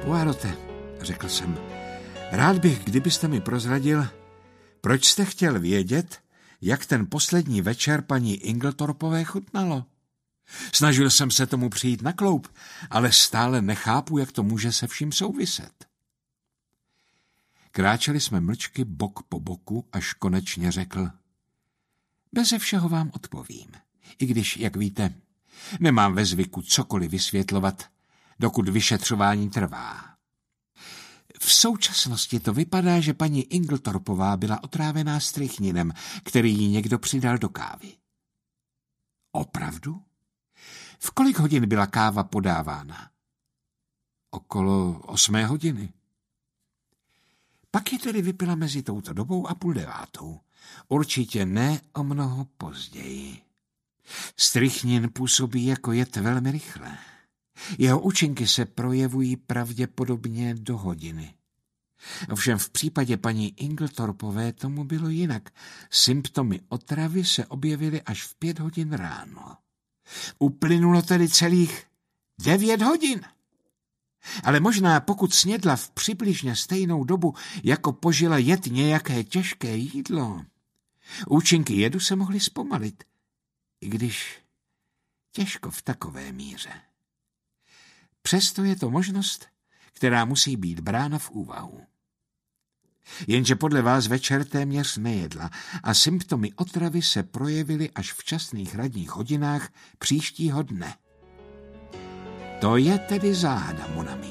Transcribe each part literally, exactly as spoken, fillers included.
Poirote, řekl jsem, rád bych, kdybyste mi prozradil, proč jste chtěl vědět, jak ten poslední večer paní Inglethorpové chutnalo. Snažil jsem se tomu přijít na kloub, ale stále nechápu, jak to může se vším souviset. Kráčeli jsme mlčky bok po boku, až konečně řekl, beze všeho vám odpovím, i když, jak víte, nemám ve zvyku cokoliv vysvětlovat, dokud vyšetřování trvá. V současnosti to vypadá, že paní Inglethorpová byla otrávená strychninem, který jí někdo přidal do kávy. Opravdu? V kolik hodin byla káva podávána? Okolo osmé hodiny. Pak ji tedy vypila mezi touto dobou a půl devátou. Určitě ne o mnoho později. Strychnin působí jako jed velmi rychle. Jeho účinky se projevují pravděpodobně do hodiny. Ovšem v případě paní Inglethorpové tomu bylo jinak. Symptomy otravy se objevily až v pět hodin ráno. Uplynulo tedy celých devět hodin. Ale možná pokud snědla v přibližně stejnou dobu, jako požila jet nějaké těžké jídlo, účinky jedu se mohly zpomalit, i když těžko v takové míře. Přesto je to možnost, která musí být brána v úvahu. Jenže podle vás večer téměř nejedla a symptomy otravy se projevily až v časných ranních hodinách příštího dne. To je tedy záhada, mon ami.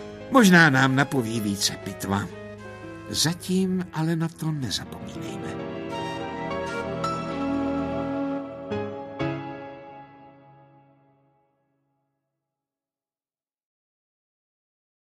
Možná nám napoví více pitva. Zatím ale na to nezapomínejme.